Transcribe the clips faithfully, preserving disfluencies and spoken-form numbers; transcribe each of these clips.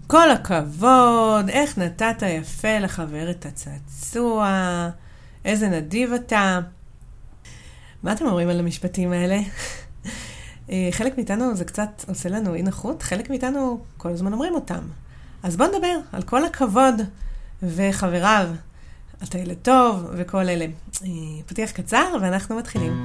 כל הכבוד, איך נתת יפה לחבר את הצעצוע, איזה נדיב אתה. מה אתם אומרים על המשפטים האלה? חלק מאיתנו זה קצת עושה לנו אי נוחות, חלק מאיתנו כל הזמן אומרים אותם. אז בוא נדבר על כל הכבוד וחבריו, אתה ילד טוב וכל אלה. פתיח קצר ואנחנו מתחילים.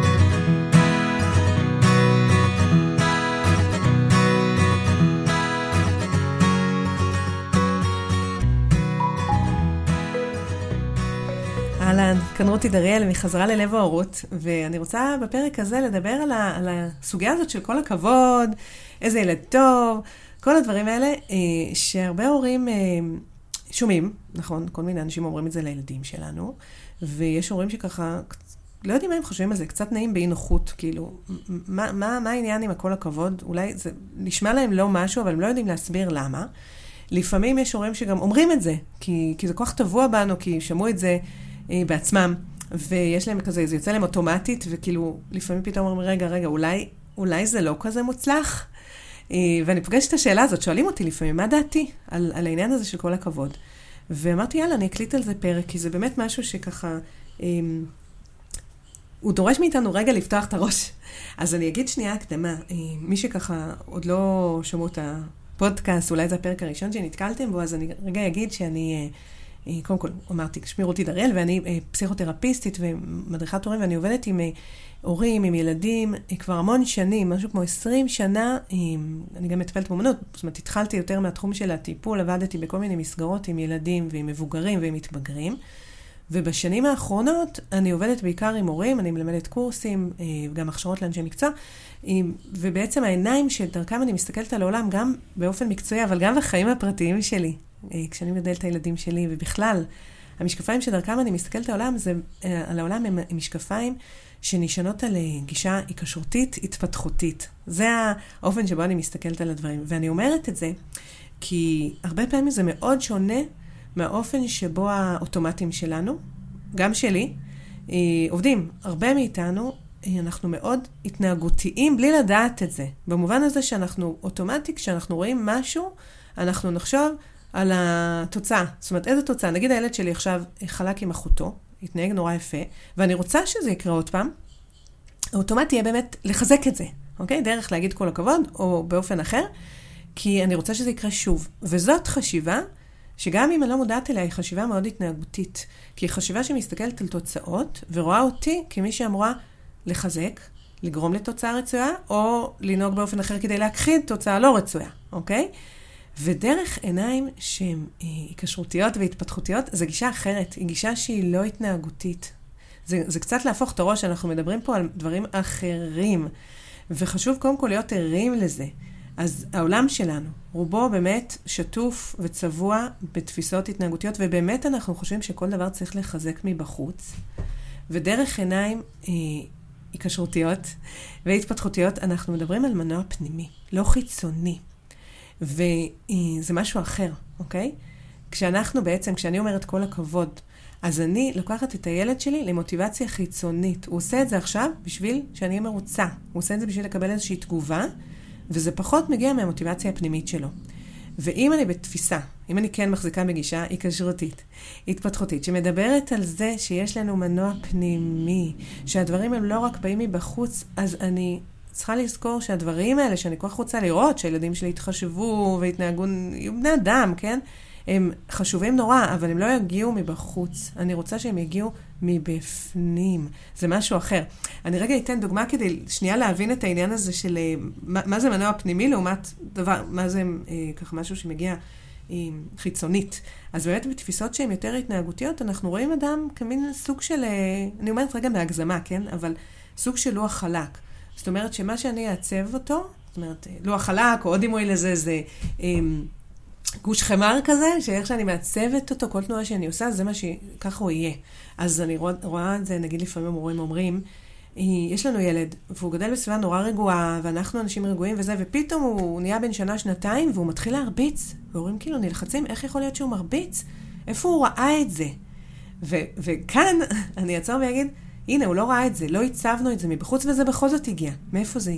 אהלן, כאן רותי דריאל מחזרה ללב ההורות, ואני רוצה בפרק הזה לדבר על, ה, על הסוגיה הזאת של כל הכבוד, איזה ילד טוב, כל הדברים האלה שהרבה הורים שומעים, נכון, כל מיני אנשים אומרים את זה לילדים שלנו, ויש הורים שככה, לא יודעים מה הם חושבים על זה, קצת נעים באי נוחות, כאילו, מה, מה, מה העניין עם הכל הכבוד? אולי זה נשמע להם לא משהו, אבל הם לא יודעים להסביר למה. לפעמים יש הורים שגם אומרים את זה, כי, כי זה כל כך טבוע בנו, כי שמעו את זה בעצמם, ויש להם כזה, זה יוצא להם אוטומטית, וכאילו, לפעמים פתאום אומרים, רגע, רגע, אולי, אולי זה לא כזה מוצלח? ואני פוגשת את השאלה הזאת, שואלים אותי לפעמים, מה דעתי על, על העניין הזה של כל הכבוד? ואמרתי, יאללה, אני אקליט על זה פרק, כי זה באמת משהו שככה, הוא דורש מאיתנו רגע לפתוח את הראש. אז אני אגיד שנייה הקדמה, מי שככה עוד לא שמעו את הפודקאסט, אולי זה הפרק הראשון שנתקלתם בו, אז אני רגע אגיד שאני, קודם כל, אמרתי, שמי רותי דריאל, ואני פסיכותרפיסטית ומדריכת הורים, ואני עובדת עם הורים, עם ילדים, כבר המון שנים, משהו כמו עשרים שנה, אני גם מטפלת באמנות, זאת אומרת, התחלתי יותר מהתחום של הטיפול, עבדתי בכל מיני מסגרות עם ילדים ועם מבוגרים ועם מתבגרים, ובשנים האחרונות אני עובדת בעיקר עם הורים, אני מלמדת קורסים, גם הכשרות לאנשי מקצוע, ובעצם העיניים שדרכם אני מסתכלת על העולם, גם באופן מקצועי, אבל גם בחיים הפרטיים שלי, כשאני מגדלת את הילדים שלי, ובכלל, המשקפיים שדרכם אני מסתכלת על העולם, זה, על העולם הם משקפיים שנשענות על גישה היקשרותית, התפתחותית. זה האופן שבו אני מסתכלת על הדברים. ואני אומרת את זה, כי הרבה פעמים זה מאוד שונה מהאופן שבו האוטומטים שלנו, גם שלי, עובדים. הרבה מאיתנו, אנחנו מאוד התנהגותיים בלי לדעת את זה. במובן הזה שאנחנו אוטומטי, כשאנחנו רואים משהו, אנחנו נחשוב על התוצאה. זאת אומרת, איזה תוצאה? נגיד הילד שלי עכשיו חלק עם אחותו, התנהג נורא יפה, ואני רוצה שזה יקרה עוד פעם, האוטומטי יהיה באמת לחזק את זה, אוקיי? דרך להגיד כל הכבוד, או באופן אחר, כי אני רוצה שזה יקרה שוב. וזאת חשיבה, שגם אם אני לא מודעת אליה, היא חשיבה מאוד התנהגותית, כי היא חשיבה שמסתכלת על תוצאות, ורואה אותי כמי שאמורה לחזק, לגרום לתוצאה רצויה, או לנהוג באופן אחר כדי להכחיד תוצאה לא רצויה, אוקיי? ודרך עיניים שהן היקשרותיות והתפתחותיות, זו גישה אחרת, היא גישה שהיא לא התנהגותית. זה, זה קצת להפוך את הראש, אנחנו מדברים פה על דברים אחרים, וחשוב קודם כל להיות ערים לזה. אז העולם שלנו, רובו באמת שטוף וצבוע בתפיסות התנהגותיות, ובאמת אנחנו חושבים שכל דבר צריך לחזק מבחוץ, ודרך עיניים היקשרותיות והתפתחותיות, אנחנו מדברים על מנוע פנימי, לא חיצוני. וזה משהו אחר, אוקיי? כשאנחנו בעצם, כשאני אומרת כל הכבוד, אז אני לוקחת את הילד שלי למוטיבציה חיצונית. הוא עושה את זה עכשיו בשביל שאני אהיה מרוצה. הוא עושה את זה בשביל לקבל איזושהי תגובה, וזה פחות מגיע מהמוטיבציה הפנימית שלו. ואם אני בתפיסה, אם אני כן מחזיקה בגישה היקשרותית, התפתחותית, שמדברת על זה שיש לנו מנוע פנימי, שהדברים הם לא רק באים מבחוץ, אז אני צריכה לזכור שהדברים האלה שאני כל כך רוצה לראות, שהילדים שלי יתחשבו והתנהגו, יהיו בני אדם, כן? הם חשובים נורא, אבל הם לא יגיעו מבחוץ. אני רוצה שהם יגיעו מבפנים. זה משהו אחר. אני רגע אתן דוגמה כדי שנייה להבין את העניין הזה של מה, מה זה מנוע פנימי לעומת דבר, מה זה ככה משהו שמגיע חיצונית. אז באמת בתפיסות שהן יותר התנהגותיות, אנחנו רואים אדם כמין סוג של, אני אומרת רגע מהגזמה, כן? אבל סוג של לוח חלק. זאת אומרת שמה שאני אעצב אותו, זאת אומרת, לוח חלק או עוד דימוי לזה, זה גוש חמר כזה, שאיך שאני מעצבת אותו, כל תנועה שאני עושה, זה מה שככה הוא יהיה. אז אני רואה, רואה את זה, נגיד לפעמים הורים אומרים, יש לנו ילד, והוא גדל בסביבה נורא רגועה, ואנחנו אנשים רגועים וזה, ופתאום הוא נהיה בן שנה, שנתיים, והוא מתחיל להרביץ. והורים כאילו נלחצים, איך יכול להיות שהוא מרביץ? איפה הוא ראה את זה? ו- וכאן אני אעצור ויגיד, הנה, הוא לא ראה את זה, לא הצבנו את זה מבחוץ, וזה בכל זאת הגיע. מאיפה זה הגיע?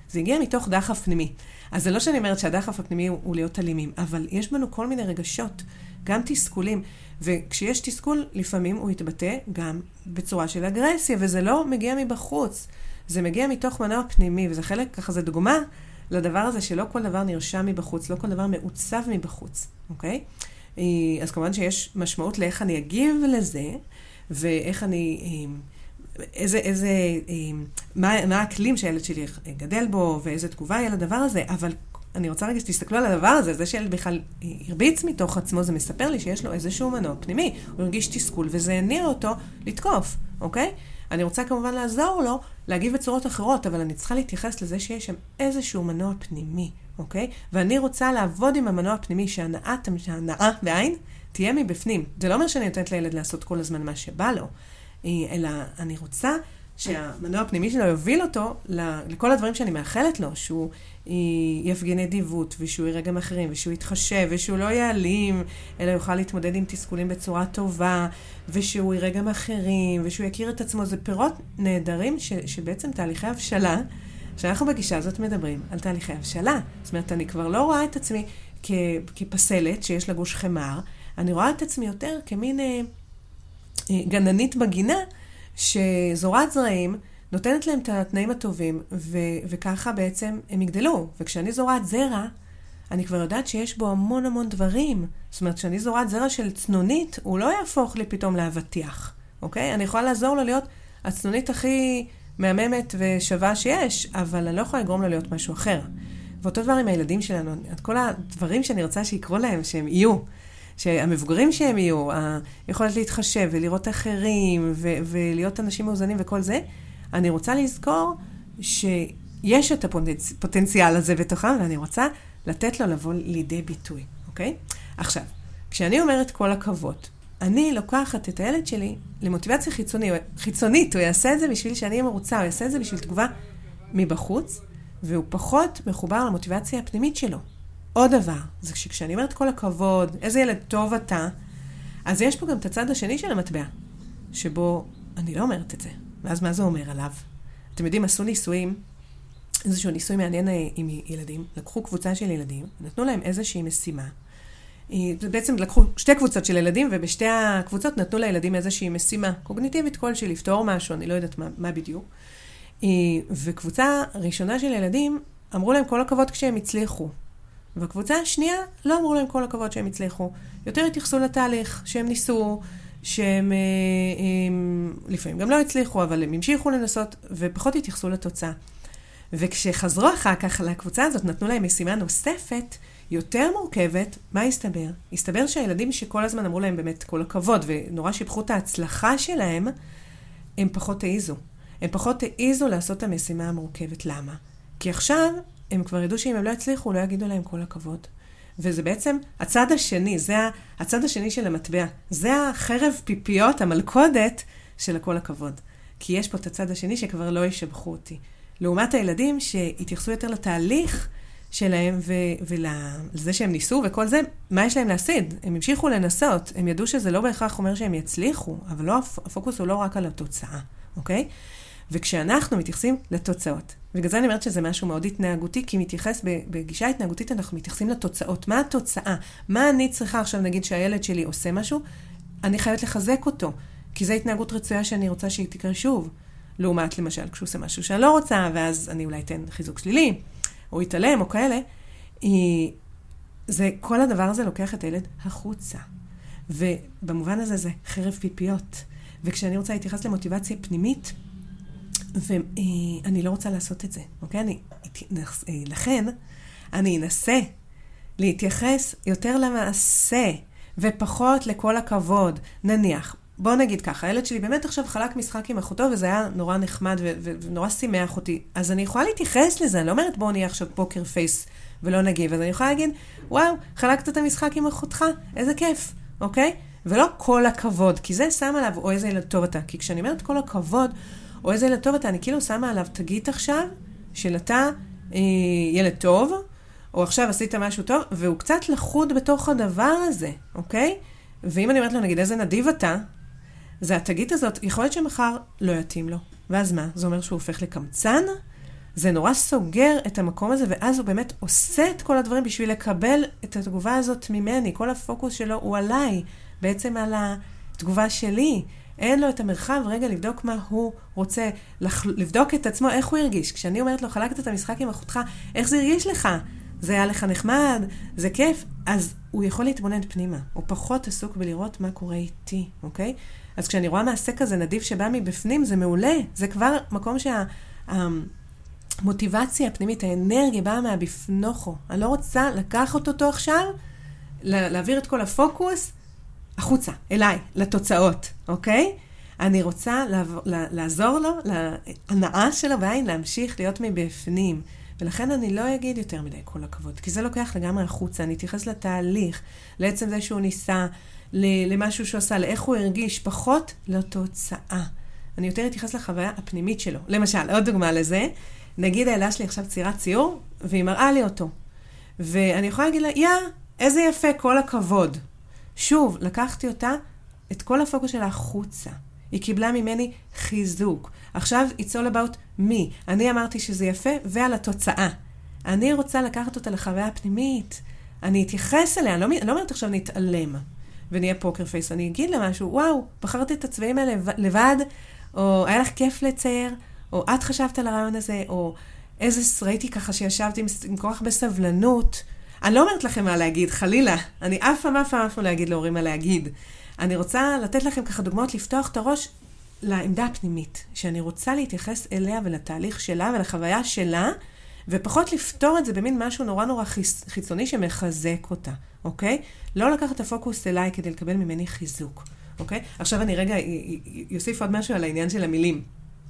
זה הגיע מתוך דחף פנימי. אז זה לא שאני אומרת שהדחף הפנימי הוא, הוא להיות אלימים, אבל יש בנו כל מיני רגשות, גם תסכולים, וכשיש תסכול, לפעמים הוא יתבטא גם בצורה של אגרסיה, וזה לא מגיע מבחוץ, זה מגיע מתוך מנוע פנימי, וזה חלק, ככה זה דוגמה לדבר הזה שלא כל דבר נרשם מבחוץ, לא כל דבר מעוצב מבחוץ, אוקיי? אז כמובן שיש משמעות לאיך אני אגיב לזה, ואיך אני, איזה, איזה, מה, מה האקלים שהילד שלי גדל בו, ואיזה תגובה יהיה לדבר הזה, אבל אני רוצה רגע שתסתכלו על הדבר הזה, זה שילד בכלל הרביץ מתוך עצמו, זה מספר לי שיש לו איזשהו מנוע פנימי, הוא הרגיש תסכול, וזה הניע אותו לתקוף, אוקיי? אני רוצה כמובן לעזור לו, להגיב בצורות אחרות, אבל אני צריכה להתייחס לזה שיש שם איזשהו מנוע פנימי, אוקיי? ואני רוצה לעבוד עם המנוע הפנימי, שההנאה, שההנאה בעין, תהיה מבפנים. זה לא אומר שאני נותנת לילד לעשות כל הזמן מה שבא לו, אלא אני רוצה שהמנוע הפנימי שלו יוביל אותו לכל הדברים שאני מאחלת לו, שהוא יפגין נדיבות, ושהוא יראה גם אחרים, ושהוא יתחשב, ושהוא לא יעלים, אלא יוכל להתמודד עם תסכולים בצורה טובה, ושהוא יראה גם אחרים, ושהוא יכיר את עצמו. זה פירות נהדרים ש, שבעצם תהליכי הבשלה, שאנחנו בגישה הזאת מדברים על תהליכי הבשלה. זאת אומרת, אני כבר לא רואה את עצמי כ, כפסלת שיש לה גוש חמר, אני רואה את עצמי יותר כמין אה, אה, גננית בגינה, שזורת זרעים נותנת להם את התנאים הטובים, ו- וככה בעצם הם יגדלו. וכשאני זורת זרע, אני כבר יודעת שיש בו המון המון דברים. זאת אומרת, כשאני זורת זרע של צנונית, הוא לא יהפוך לי פתאום לאבטיח. אוקיי? אני יכולה לעזור לו להיות הצנונית הכי מהממת ושווה שיש, אבל אני לא יכולה לגרום לו להיות משהו אחר. ואותו דבר עם הילדים שלנו, את כל הדברים שאני רוצה שיקרו להם, שהם יהיו. שהמבוגרים שהם יהיו, היכולת להתחשב ולראות אחרים ו- ולהיות אנשים מאוזנים וכל זה, אני רוצה לזכור שיש את הפוטנציאל הזה בתוכם, ואני רוצה לתת לו לבוא לידי ביטוי, אוקיי? עכשיו, כשאני אומרת כל הכבוד, אני לוקחת את הילד שלי למוטיבציה חיצוני, חיצונית, הוא יעשה את זה בשביל שאני אהיה מרוצה, הוא יעשה את זה בשביל תגובה מבחוץ, והוא פחות מחובר למוטיבציה הפנימית שלו. עוד דבר, זה שכשאני אומרת כל הכבוד, איזה ילד טוב אתה, אז יש פה גם את הצד השני של המטבע, שבו אני לא אומרת את זה. ואז מה זה אומר עליו? אתם יודעים, עשו ניסויים, איזשהו ניסוי מעניין עם ילדים, לקחו קבוצה של ילדים, נתנו להם איזושהי משימה. בעצם לקחו שתי קבוצות של ילדים, ובשתי הקבוצות נתנו לילדים איזושהי משימה קוגניטיבית כלשהי, לפתור משהו, אני לא יודעת מה, מה בדיוק. וקבוצה ראשונה של ילדים, אמרו להם כל הכבוד כשהם הצליחו. והקבוצה השנייה לא אמרו להם כל הכבוד שהם הצליחו. יותר התייחסו לתהליך שהם ניסו, שהם הם, לפעמים גם לא הצליחו, אבל הם המשיכו לנסות, ופחות התייחסו לתוצאה. וכשחזרו אחר כך לקבוצה הזאת, נתנו להם משימה נוספת, יותר מורכבת, מה הסתבר? הסתבר שהילדים שכל הזמן אמרו להם באמת כל הכבוד, ונורא שיבחו את ההצלחה שלהם, הם פחות העיזו. הם פחות העיזו לעשות את המשימה המורכבת. למה? כי עכשיו הם כבר ידעו שאם הם לא הצליחו, לא יגידו להם כל הכבוד. וזה בעצם הצד השני, זה הצד השני של המטבע. זה החרב פיפיות, המלכודת של הכל הכבוד. כי יש פה את הצד השני שכבר לא ישבחו אותי. לעומת הילדים שהתייחסו יותר לתהליך שלהם ו- ולזה שהם ניסו וכל זה, מה יש להם להשיג? הם המשיכו לנסות. הם ידעו שזה לא בהכרח אומר שהם יצליחו, אבל לא, הפוקוס הוא לא רק על התוצאה, אוקיי? וכשאנחנו מתייחסים לתוצאות, ובגלל זה אני אומרת שזה משהו מאוד התנהגותי, כי מתייחס, בגישה התנהגותית אנחנו מתייחסים לתוצאות. מה התוצאה? מה אני צריכה עכשיו, נגיד שהילד שלי עושה משהו, אני חייבת לחזק אותו, כי זו התנהגות רצויה שאני רוצה שהיא תקרה שוב. לעומת למשל, כשהוא עושה משהו שאני לא רוצה, ואז אני אולי אתן חיזוק שלילי, או יתעלם, או כאלה. זה, כל הדבר הזה לוקח את הילד החוצה. ובמובן הזה זה חרב פיפיות. וכשאני רוצה להתייחס למוטיבציה פנימית, ואני לא רוצה לעשות את זה, אוקיי? אני, לכן, אני אנסה להתייחס יותר למעשה, ופחות לכל הכבוד. נניח, בוא נגיד ככה, הילד שלי באמת עכשיו חלק משחק עם אחותו, וזה היה נורא נחמד ו- ו- ונורא שימח אותי. אז אני יכולה להתייחס לזה, אני לא אומרת בוא נהיה עכשיו פוקר פייס ולא נגיב, אז אני יכולה להגיד, וואו, חלקת את המשחק עם אחותך, איזה כיף, אוקיי? ולא כל הכבוד, כי זה שם עליו, או איזה ילד טוב אתה. כי כשאני אומרת כל הכבוד, או איזה ילד טוב אתה, אני כאילו שמה עליו, תגיד עכשיו של אתה אה, ילד טוב, או עכשיו עשית משהו טוב, והוא קצת לחוד בתוך הדבר הזה, אוקיי? ואם אני אומרת לו, נגיד, איזה נדיב אתה, זה התגיד הזאת, יכול להיות שמחר לא יתאים לו. ואז מה? זה אומר שהוא הופך לקמצן? זה נורא סוגר את המקום הזה, ואז הוא באמת עושה את כל הדברים בשביל לקבל את התגובה הזאת ממני. כל הפוקוס שלו הוא עליי, בעצם על התגובה שלי. אין לו את המרחב רגע לבדוק מה הוא רוצה, לבדוק את עצמו, איך הוא הרגיש. כשאני אומרת לו, חלקת את המשחק עם אחותך, איך זה הרגיש לך? זה היה לך נחמד, זה כיף. אז הוא יכול להתבונן פנימה. הוא פחות עסוק בלראות מה קורה איתי, אוקיי? אז כשאני רואה מעשה כזה נדיב שבא מבפנים, זה מעולה. זה כבר מקום שהמוטיבציה הפנימית, האנרגיה באה מהבפנוכו. אני לא רוצה לקחת אותו עכשיו, להעביר את כל הפוקוס, החוצה, אליי, לתוצאות, אוקיי? אני רוצה לעבור, לעזור לו, להנאה שלו בעין, להמשיך להיות מבפנים. ולכן אני לא אגיד יותר מדי כל הכבוד, כי זה לוקח לגמרי החוצה. אני אתייחס לתהליך, לעצם זה שהוא ניסה, למשהו שהוא עושה, לאיך הוא הרגיש, פחות לתוצאה. אני יותר אתייחס לחוויה הפנימית שלו. למשל, עוד דוגמה לזה, נגיד הילדה שלי עכשיו ציירה ציור, והיא מראה לי אותו. ואני יכולה להגיד לה, יא, איזה יפה, כל הכבוד. שוב, לקחתי אותה, את כל הפוקוס שלה החוצה. היא קיבלה ממני חיזוק. עכשיו, it's all about me. אני אמרתי שזה יפה, ועל התוצאה. אני רוצה לקחת אותה לחוויה הפנימית. אני אתייחס אליה, אני לא, לא אומרת עכשיו נתעלם, ונהיה פוקר פייס. אני אגיד לה משהו, וואו, בחרתי את הצבעים האלה לבד, או היה לך כיף לצייר, או את חשבת על הרעיון הזה, או איזה ראיתי ככה שישבתי עם כל כך בסבלנות. אני לא אומרת לכם מה להגיד, חלילה. אני אף פעם, אף פעם, אף פעם להגיד להורים מה להגיד. אני רוצה לתת לכם ככה דוגמאות, לפתוח את הראש לעמדה הפנימית, שאני רוצה להתייחס אליה ולתהליך שלה ולחוויה שלה, ופחות לפתור את זה במין משהו נורא נורא חיצוני שמחזק אותה, אוקיי? לא לקחת את הפוקוס אליי כדי לקבל ממני חיזוק, אוקיי? עכשיו אני רגע יוסיף עוד משהו על העניין של המילים.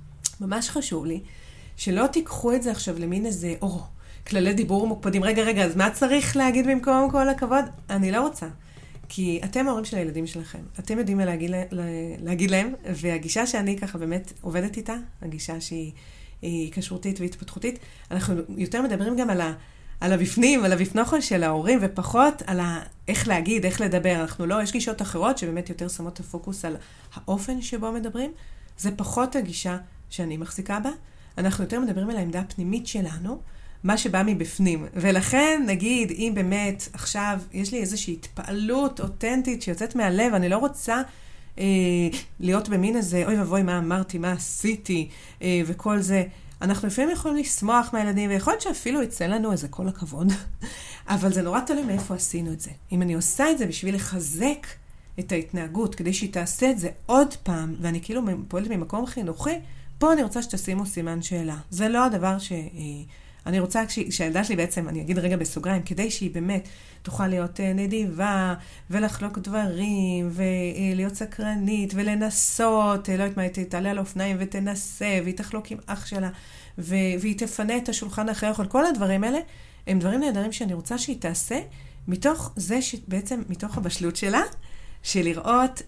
ממש חשוב לי שלא תיקחו את זה עכשיו למין איזה, או, כללי דיבור מוקפדים. רגע, רגע, אז מה צריך להגיד במקום כל הכבוד? אני לא רוצה. כי אתם ההורים של הילדים שלכם. אתם יודעים מה להגיד, להגיד להם, והגישה שאני ככה באמת עובדת איתה, הגישה שהיא היא כשרותית והתפתחותית, אנחנו יותר מדברים גם על, ה, על הבפנים, על הבפנוכו של ההורים, ופחות על ה, איך להגיד, איך לדבר. אנחנו לא, יש גישות אחרות שבאמת יותר שמות את הפוקוס על האופן שבו מדברים. זה פחות הגישה שאני מחזיקה בה. אנחנו יותר מדברים על העמדה הפנימית שלנו, מה שבא מבפנים. ולכן, נגיד, אם באמת עכשיו יש לי איזושהי התפעלות אותנטית שיוצאת מהלב, אני לא רוצה אה, להיות במין איזה, אוי ובוי, מה אמרתי, מה עשיתי, אה, וכל זה. אנחנו לפעמים יכולים לשמוח מהילדים, ויכול להיות שאפילו יצא לנו איזה כל הכבוד, אבל זה נורא תלוי מאיפה עשינו את זה. אם אני עושה את זה בשביל לחזק את ההתנהגות, כדי שהיא תעשה את זה עוד פעם, ואני כאילו פועלת ממקום חינוכי, פה אני רוצה שתשימו סימן שאלה. זה לא הדבר ש... אני רוצה שהילדה שלי בעצם, אני אגיד רגע בסוגריים, כדי שהיא באמת תוכל להיות נדיבה, ולחלוק דברים, ולהיות סקרנית, ולנסות, לא יודעת מה, היא תעלה על אופניים ותנסה, והיא תחלוק עם אח שלה, והיא תפנה את השולחן אחרי אוכל. כל הדברים האלה הם דברים נהדרים שאני רוצה שהיא תעשה, מתוך זה שבעצם, מתוך הבשלות שלה, של לראות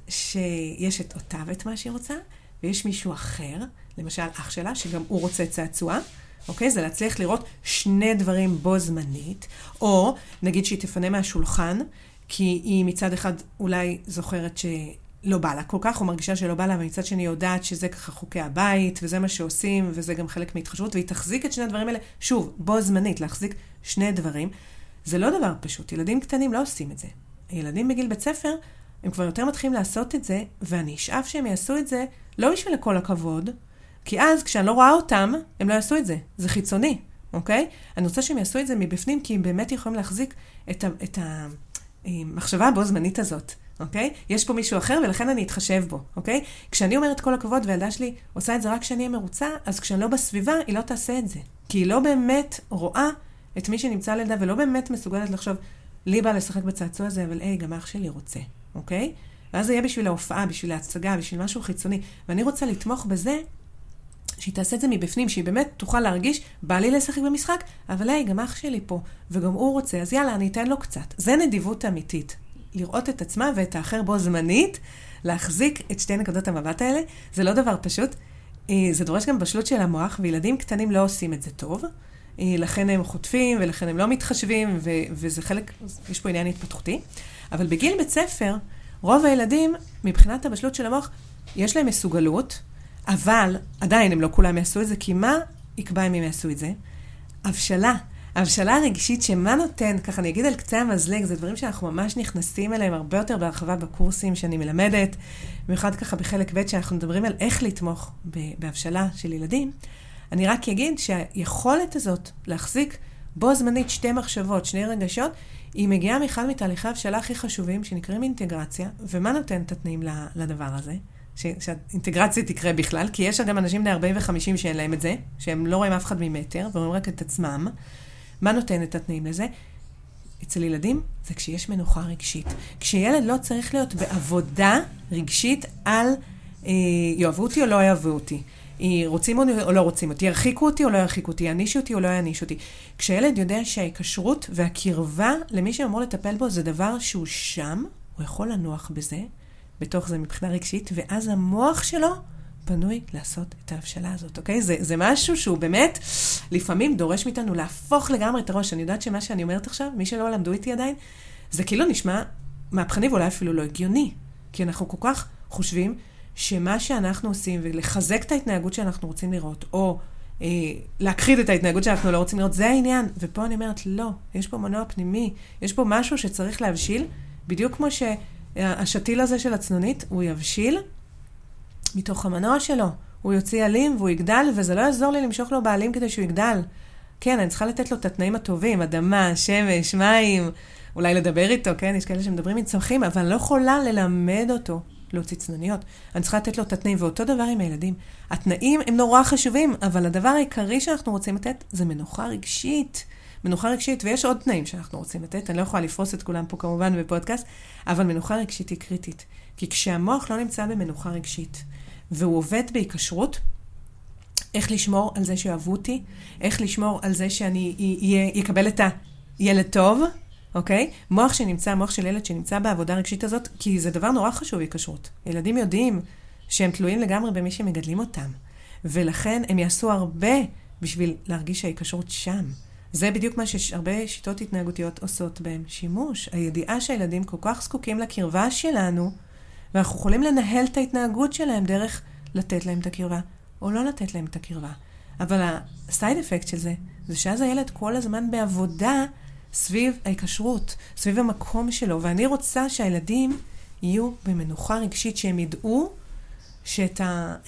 שיש את אותה ואת מה שהיא רוצה, ויש מישהו אחר, למשל אח שלה, שגם הוא רוצה צעצוע, אוקיי? זה להצליח לראות שני דברים בו זמנית, או נגיד שהיא תפנה מהשולחן, כי היא מצד אחד אולי זוכרת שלא בא לה כל כך, או מרגישה שלא בא לה, ומצד שני יודעת שזה ככה חוקי הבית, וזה מה שעושים, וזה גם חלק מהתחשבות, והיא תחזיק את שני הדברים האלה, שוב, בו זמנית, להחזיק שני דברים. זה לא דבר פשוט, ילדים קטנים לא עושים את זה. ילדים בגיל בית ספר, הם כבר יותר מתחילים לעשות את זה, ואני אשאף שהם יעשו את זה, לא בשביל לכל הכבוד, כי אז כשאני לא רואה אותם, הם לא יעשו את זה. זה חיצוני, אוקיי? אני רוצה שהם יעשו את זה מבפנים, כי הם באמת יכולים להחזיק את, ה, את המחשבה הבו זמנית הזאת, אוקיי? יש פה מישהו אחר, ולכן אני אתחשב בו, אוקיי? כשאני אומרת כל הכבוד, והילדה שלי עושה את זה רק כשאני מרוצה, אז כשאני לא בסביבה, היא לא תעשה את זה. כי היא לא באמת רואה את מי שנמצא לידה, ולא באמת מסוגלת לחשוב, לי בא לשחק בצעצוע הזה, אבל היי, גם אח שלי רוצה, אוקיי? ואז זה יהיה בשביל ההופעה, בשביל ההצגה, בשביל משהו חיצוני. ואני רוצה לתמוך בזה, שהיא תעשה את זה מבפנים, שהיא באמת תוכל להרגיש, בא לי לשחק במשחק, אבל היי, גם אח שלי פה, וגם הוא רוצה, אז יאללה, אני אתן לו קצת. זה נדיבות אמיתית. לראות את עצמה ואת האחר בו זמנית, להחזיק את שתי נקודות המבט האלה, זה לא דבר פשוט. זה דורש גם בשלות של המוח, וילדים קטנים לא עושים את זה טוב, לכן הם חוטפים, ולכן הם לא מתחשבים, ו- וזה חלק, יש פה עניין התפתחותי. אבל בגיל בית ספר, רוב הילדים, מבחינת הבשלות של המוח, יש להם מסוגלות, אבל עדיין הם לא כולם יעשו את זה, כי מה יקבע אם הם יעשו את זה. הבשלה. ההבשלה הרגשית שמה נותן, ככה אני אגיד על קצה המזלג, זה דברים שאנחנו ממש נכנסים אליהם הרבה יותר בהרחבה בקורסים שאני מלמדת, במיוחד ככה בחלק ב' שאנחנו מדברים על איך לתמוך בהבשלה של ילדים. אני רק אגיד שהיכולת הזאת להחזיק בו זמנית שתי מחשבות, שני רגשות, היא מגיעה מאחד מתהליכי ההבשלה הכי חשובים שנקראים אינטגרציה, ומה נותן את התנאים לדבר הזה? ש- שהאינטגרציה תקרה בכלל, כי יש גם אנשים בני ארבעים וחמישים שאין להם את זה, שהם לא רואים אף אחד ממטר, ורואים רק את עצמם. מה נותן את התנאים לזה? אצל ילדים זה כשיש מנוחה רגשית. כשילד לא צריך להיות בעבודה רגשית על אה, יאהבו אותי או לא יאהבו אותי. רוצים או לא רוצים אותי, ירחיקו אותי או לא ירחיקו אותי, יענישו אותי או לא יענישו אותי. כשילד יודע שההיקשרות והקרבה למי שאמור לטפל בו זה דבר שהוא שם, הוא יכול לנוח בזה, בתוך זה מבחינה רגשית, ואז המוח שלו פנוי לעשות את ההבשלה הזאת, אוקיי? זה, זה משהו שהוא באמת לפעמים דורש מאיתנו להפוך לגמרי את הראש. אני יודעת שמה שאני אומרת עכשיו, מי שלא למדו איתי עדיין, זה כאילו נשמע מהפכני ואולי אפילו לא הגיוני, כי אנחנו כל כך חושבים שמה שאנחנו עושים ולחזק את ההתנהגות שאנחנו רוצים לראות, או אה, להכחיד את ההתנהגות שאנחנו לא רוצים לראות, זה העניין. ופה אני אומרת, לא, יש פה מנוע פנימי, יש פה משהו שצריך להבשיל, בדיוק כמו שהשתיל הזה של הצנונית, הוא יבשיל מתוך המנוע שלו. הוא יוציא עלים והוא יגדל, וזה לא יעזור לי למשוך לו בעלים כדי שהוא יגדל. כן, אני צריכה לתת לו את התנאים הטובים, אדמה, שמש, מים, אולי לדבר איתו, כן? יש כאלה שמדברים עם צמחים, אבל אני לא יכולה ללמד אותו להוציא צנוניות. אני צריכה לתת לו את התנאים, ואותו דבר עם הילדים. התנאים הם נורא חשובים, אבל הדבר העיקרי שאנחנו רוצים לתת זה מנוחה רגשית. מנוחה רגשית, ויש עוד תנאים שאנחנו רוצים לתת. אני לא יכולה לפרוס את כולם פה כמובן בפודקאסט, אבל מנוחה רגשית היא קריטית. כי כשהמוח לא נמצא במנוחה רגשית, והוא עובד בהיקשרות, איך לשמור על זה שאהבו אותי, איך לשמור על זה שאני יקבל את הילד טוב, אוקיי? מוח שנמצא, מוח של ילד שנמצא בעבודה רגשית הזאת, כי זה דבר נורא חשוב, היקשרות. ילדים יודעים שהם תלויים לגמרי במי שמגדלים אותם, ולכן הם יעשו הרבה בשביל להרגיש שההיקשרות שם. זה בדיוק מה שהרבה שיטות התנהגותיות עושות בהם שימוש. הידיעה שהילדים כל כך זקוקים לקרבה שלנו, ואנחנו יכולים לנהל את ההתנהגות שלהם דרך לתת להם את הקרבה, או לא לתת להם את הקרבה. אבל הסייד אפקט של זה, זה שאז הילד כל הזמן בעבודה סביב ההיקשרות, סביב המקום שלו, ואני רוצה שהילדים יהיו במנוחה רגשית, שהם ידעו שאת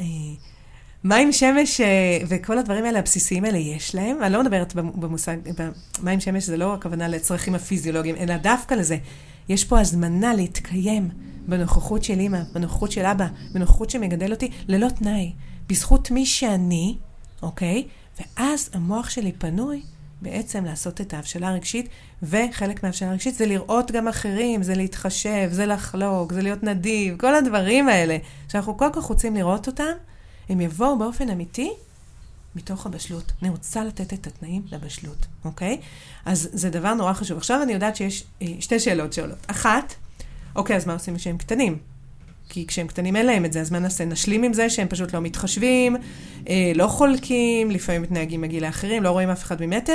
המים שמש וכל הדברים האלה, הבסיסיים האלה יש להם, ואני לא מדברת במושג, במים שמש זה לא הכוונה לצרכים הפיזיולוגיים, אלא דווקא לזה. יש פה הזמנה להתקיים בנוכחות של אמא, בנוכחות של אבא, בנוכחות שמגדל אותי, ללא תנאי, בזכות מי שאני, אוקיי? ואז המוח שלי פנוי בעצם לעשות את ההבשלה הרגשית, וחלק מההבשלה הרגשית זה לראות גם אחרים, זה להתחשב, זה לחלוק, זה להיות נדיב, כל הדברים האלה, שאנחנו כל כך רוצים לראות אותם, הם יבואו באופן אמיתי מתוך הבשלות. אני רוצה לתת את התנאים לבשלות, אוקיי? אז זה דבר נורא חשוב. עכשיו אני יודעת שיש שתי שאלות שעולות. אחת, אוקיי, אז מה עושים כשהם קטנים? כי כשהם קטנים אין להם את זה, אז מה נעשה? נשלים עם זה שהם פשוט לא מתחשבים, אה, לא חולקים, לפעמים מתנהגים מגיל לאחרים, לא רואים אף אחד ממטר.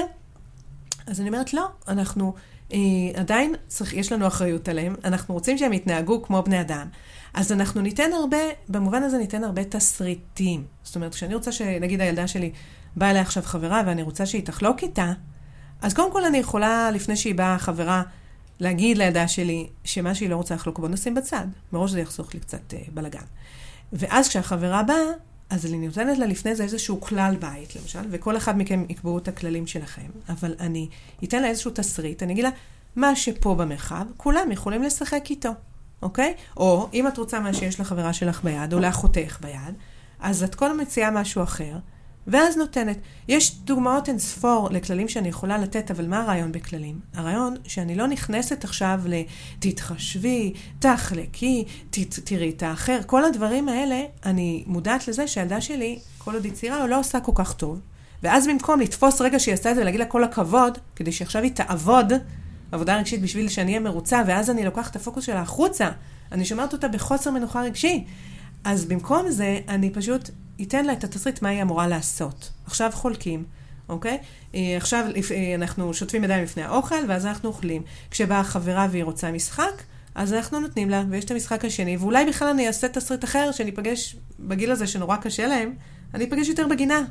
אז אני אומרת, לא, אנחנו אה, עדיין, צריך, יש לנו אחריות עליהם, אנחנו רוצים שהם יתנהגו כמו בני אדם. אז אנחנו ניתן הרבה, במובן הזה ניתן הרבה תסריטים. זאת אומרת, כשאני רוצה שנגיד הילדה שלי באה אליי עכשיו חברה, ואני רוצה שהיא תחלוק איתה, אז קודם כל אני יכולה, לפני שהיא באה חברה, להגיד לילדה שלי שמה שהיא לא רוצה לחלוק, בוא נשים בצד. מראש זה יחסוך לי קצת uh, בלגן. ואז כשהחברה באה, אז אני נותנת לה לפני זה איזשהו כלל בית, למשל, וכל אחד מכם יקבעו את הכללים שלכם. אבל אני אתן לה איזשהו תסריט, אני אגיד לה, מה שפה במרחב, כולם יכולים לשחק איתו, אוקיי? או אם את רוצה מה שיש לחברה שלך ביד, או לאחותך ביד, אז את כל מציעה משהו אחר, ואז נותנת. יש דוגמאות אין ספור לכללים שאני יכולה לתת, אבל מה הרעיון בכללים? הרעיון שאני לא נכנסת עכשיו לתתחשבי, תחלקי, ת, תראי את האחר. כל הדברים האלה, אני מודעת לזה שהילדה שלי, כל עוד היא צעירה, היא לא עושה כל כך טוב. ואז במקום לתפוס רגע שהיא עשתה את זה ולהגיד לה כל הכבוד, כדי שעכשיו היא תעבוד, עבודה רגשית בשביל שאני אהיה מרוצה, ואז אני לוקחת את הפוקוס שלה החוצה. אני שומעת אותה בחוסר מנוחה רגשי. אז במקום זה, אני פשוט ייתן לה את התסריט מה היא אמורה לעשות. עכשיו חולקים, אוקיי? עכשיו אנחנו שוטפים ידיים לפני האוכל, ואז אנחנו אוכלים. כשבאה חברה והיא רוצה משחק, אז אנחנו נותנים לה, ויש את המשחק השני, ואולי בכלל אני אעשה תסריט אחר, שאני אפגש בגיל הזה שנורא קשה להם, אני אפגש יותר בגינה.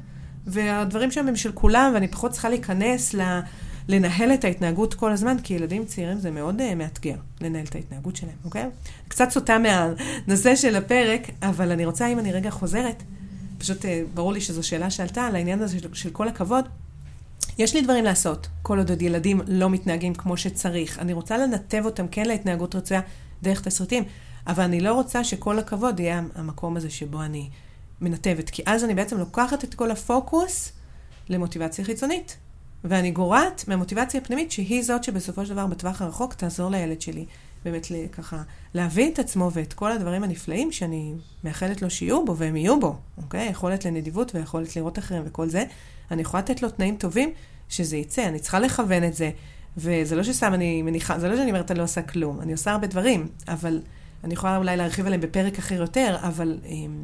והדברים שם הם של כולם, ואני פחות צריכה להיכנס ל... לנהל את ההתנהגות כל הזמן, כי ילדים צעירים זה מאוד uh, מאתגר, לנהל את ההתנהגות שלהם, אוקיי? קצת סוטה מהנושא של הפרק, אבל אני רוצה, אם אני רגע חוזרת, פשוט uh, ברור לי שזו שאלה שעלתה, על העניין הזה של, של כל הכבוד, יש לי דברים לעשות, כל עוד עוד ילדים לא מתנהגים כמו שצריך. אני רוצה לנתב אותם כן להתנהגות רצויה דרך תסריטים, אבל אני לא רוצה שכל הכבוד יהיה המקום הזה שבו אני מנתבת, כי אז אני בעצם לוקחת את כל הפוקוס למוטיבציה חיצונית. ואני גורעת מהמוטיבציה הפנימית, שהיא זאת שבסופו של דבר בטווח הרחוק תעזור לילד שלי, באמת ככה להבין את עצמו ואת כל הדברים הנפלאים שאני מאחלת לו שיהיו בו, והם יהיו בו, אוקיי? יכולת לנדיבות ויכולת לראות אחריהם וכל זה. אני יכולה לתת לו תנאים טובים שזה יצא, אני צריכה לכוון את זה, וזה לא שסתם אני מניחה, זה לא שאני אומרת אני לא עושה כלום, אני עושה הרבה דברים, אבל אני יכולה אולי להרחיב עליהם בפרק אחר יותר, אבל,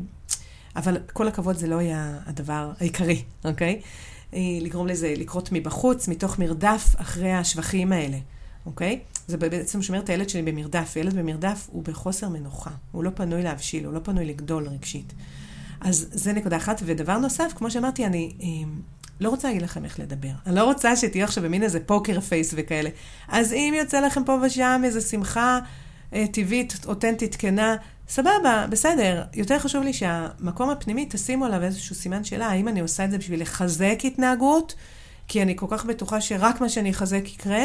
אבל כל הכבוד זה לא היה הדבר העיקרי, אוקיי? לגרום לזה לקרות מבחוץ, מתוך מרדף אחרי השבחים האלה, אוקיי? זה בעצם שומר את הילד שלי במרדף, וילד במרדף הוא בחוסר מנוחה, הוא לא פנוי להבשיל, הוא לא פנוי לגדול רגשית. אז זה נקודה אחת, ודבר נוסף, כמו שאמרתי, אני לא רוצה להגיד לכם איך לדבר, אני לא רוצה שתהיו עכשיו במין איזה פוקר פייס וכאלה, אז אם יוצא לכם פה ושם איזו שמחה טבעית, אותנטית, כנה, סבבה, בסדר. יותר חשוב לי שהמקום הפנימי תשימו עליו איזשהו סימן שאלה, האם אני עושה את זה בשביל לחזק התנהגות, כי אני כל כך בטוחה שרק מה שאני אחזק יקרה,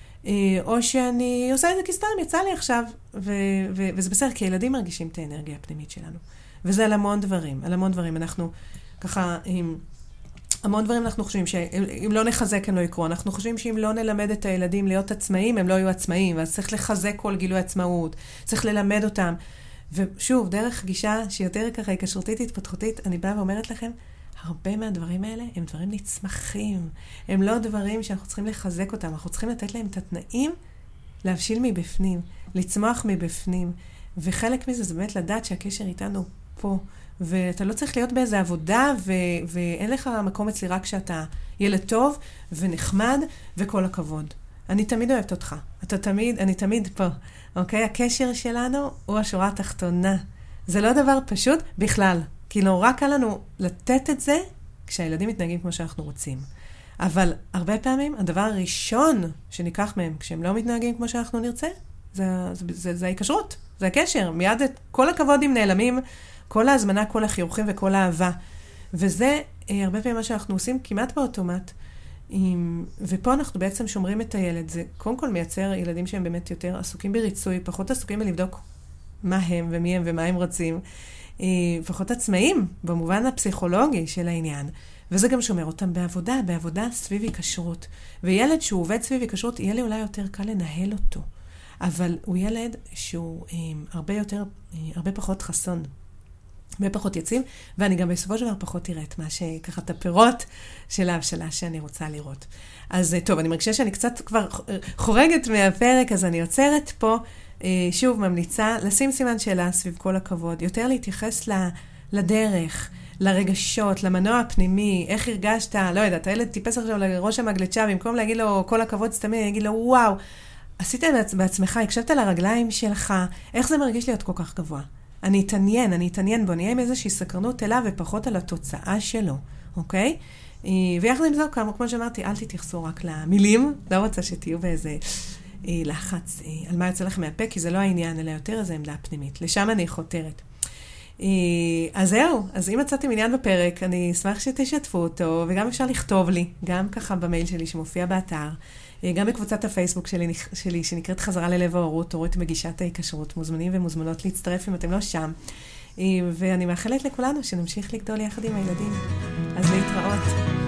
או שאני עושה את זה כי סתם יצא לי עכשיו, ו- ו- וזה בסדר, כי ילדים מרגישים את האנרגיה הפנימית שלנו. וזה על המון דברים, על המון דברים. אנחנו ככה, עם המון דברים אנחנו חושבים שאם לא נחזק הם לא יקרו. אנחנו חושבים שאם לא נלמד את הילדים להיות עצמאים, הם לא יהיו עצמאים, ואז צריך לחזק כל גילוי עצמאות, צריך ללמד אותם. ושוב, דרך גישה שיותר ככה היא קשרותית התפתחותית, אני באה ואומרת לכם, הרבה מהדברים האלה הם דברים נצמחים. הם לא דברים שאנחנו צריכים לחזק אותם, אנחנו צריכים לתת להם את התנאים להבשיל מבפנים, לצמוח מבפנים. וחלק מזה זה באמת לדעת שהקשר איתנו פה. ואתה לא צריך להיות באיזו עבודה, ו- ואין לך מקום אצלי רק שאתה ילד טוב ונחמד וכל הכבוד. אני תמיד אוהבת אותך. אתה תמיד, אני תמיד פה. אוקיי? הקשר שלנו הוא השורה התחתונה. זה לא דבר פשוט בכלל. כי נורא קל לנו לתת את זה כשהילדים מתנהגים כמו שאנחנו רוצים. אבל הרבה פעמים הדבר הראשון שניקח מהם כשהם לא מתנהגים כמו שאנחנו נרצה, זה, זה, זה, זה ההיקשרות. זה הקשר. מיד את כל הכבודים נעלמים, כל ההזמנה, כל החיוכים וכל האהבה. וזה הרבה פעמים מה שאנחנו עושים כמעט באוטומט. עם, ופה אנחנו בעצם שומרים את הילד. זה קודם כל מייצר ילדים שהם באמת יותר עסוקים בריצוי, פחות עסוקים בלבדוק מה הם ומי הם ומה הם רוצים. פחות עצמאים במובן הפסיכולוגי של העניין. וזה גם שומר אותם בעבודה, בעבודה סביב היקשרות. וילד שהוא עובד סביב היקשרות, יהיה לי אולי יותר קל לנהל אותו. אבל הוא ילד שהוא הרבה יותר, הרבה פחות חסון. הרבה פחות יציב, ואני גם בסופו של דבר פחות תראה את מה שככה את הפירות של ההבשלה שאני רוצה לראות. אז טוב, אני מרגישה שאני קצת כבר חורגת מהפרק, אז אני עוצרת פה, שוב ממליצה, לשים סימן שאלה סביב כל הכבוד, יותר להתייחס לדרך, לרגשות, למנוע הפנימי, איך הרגשת, לא יודעת, הילד טיפס עכשיו לראש המגלצ'ה, במקום להגיד לו כל הכבוד סתמי, אני אגיד לו וואו, עשית בעצמך, הקשבת לרגליים שלך, איך זה מרגיש להיות כל כך גבוה? אני אתעניין, אני אתעניין בו, נהיה עם איזושהי סקרנות אליו ופחות על התוצאה שלו, אוקיי? ויחד עם זאת, כמו שאמרתי, אל תתייחסו רק למילים, לא רוצה שתהיו באיזה לחץ על מה יוצא לכם מהפה, כי זה לא העניין, אלא יותר איזו עמדה פנימית. לשם אני חותרת. אז זהו, אז אם מצאתם עניין בפרק, אני אשמח שתשתפו אותו, וגם אפשר לכתוב לי, גם ככה במייל שלי שמופיע באתר, גם בקבוצת הפייסבוק שלי, שלי שנקראת חזרה ללב ההורות, הורות מגישת ההיקשרות, מוזמנים ומוזמנות להצטרף אם אתם לא שם. ואני מאחלת לכולנו שנמשיך לגדול יחד עם הילדים. אז להתראות.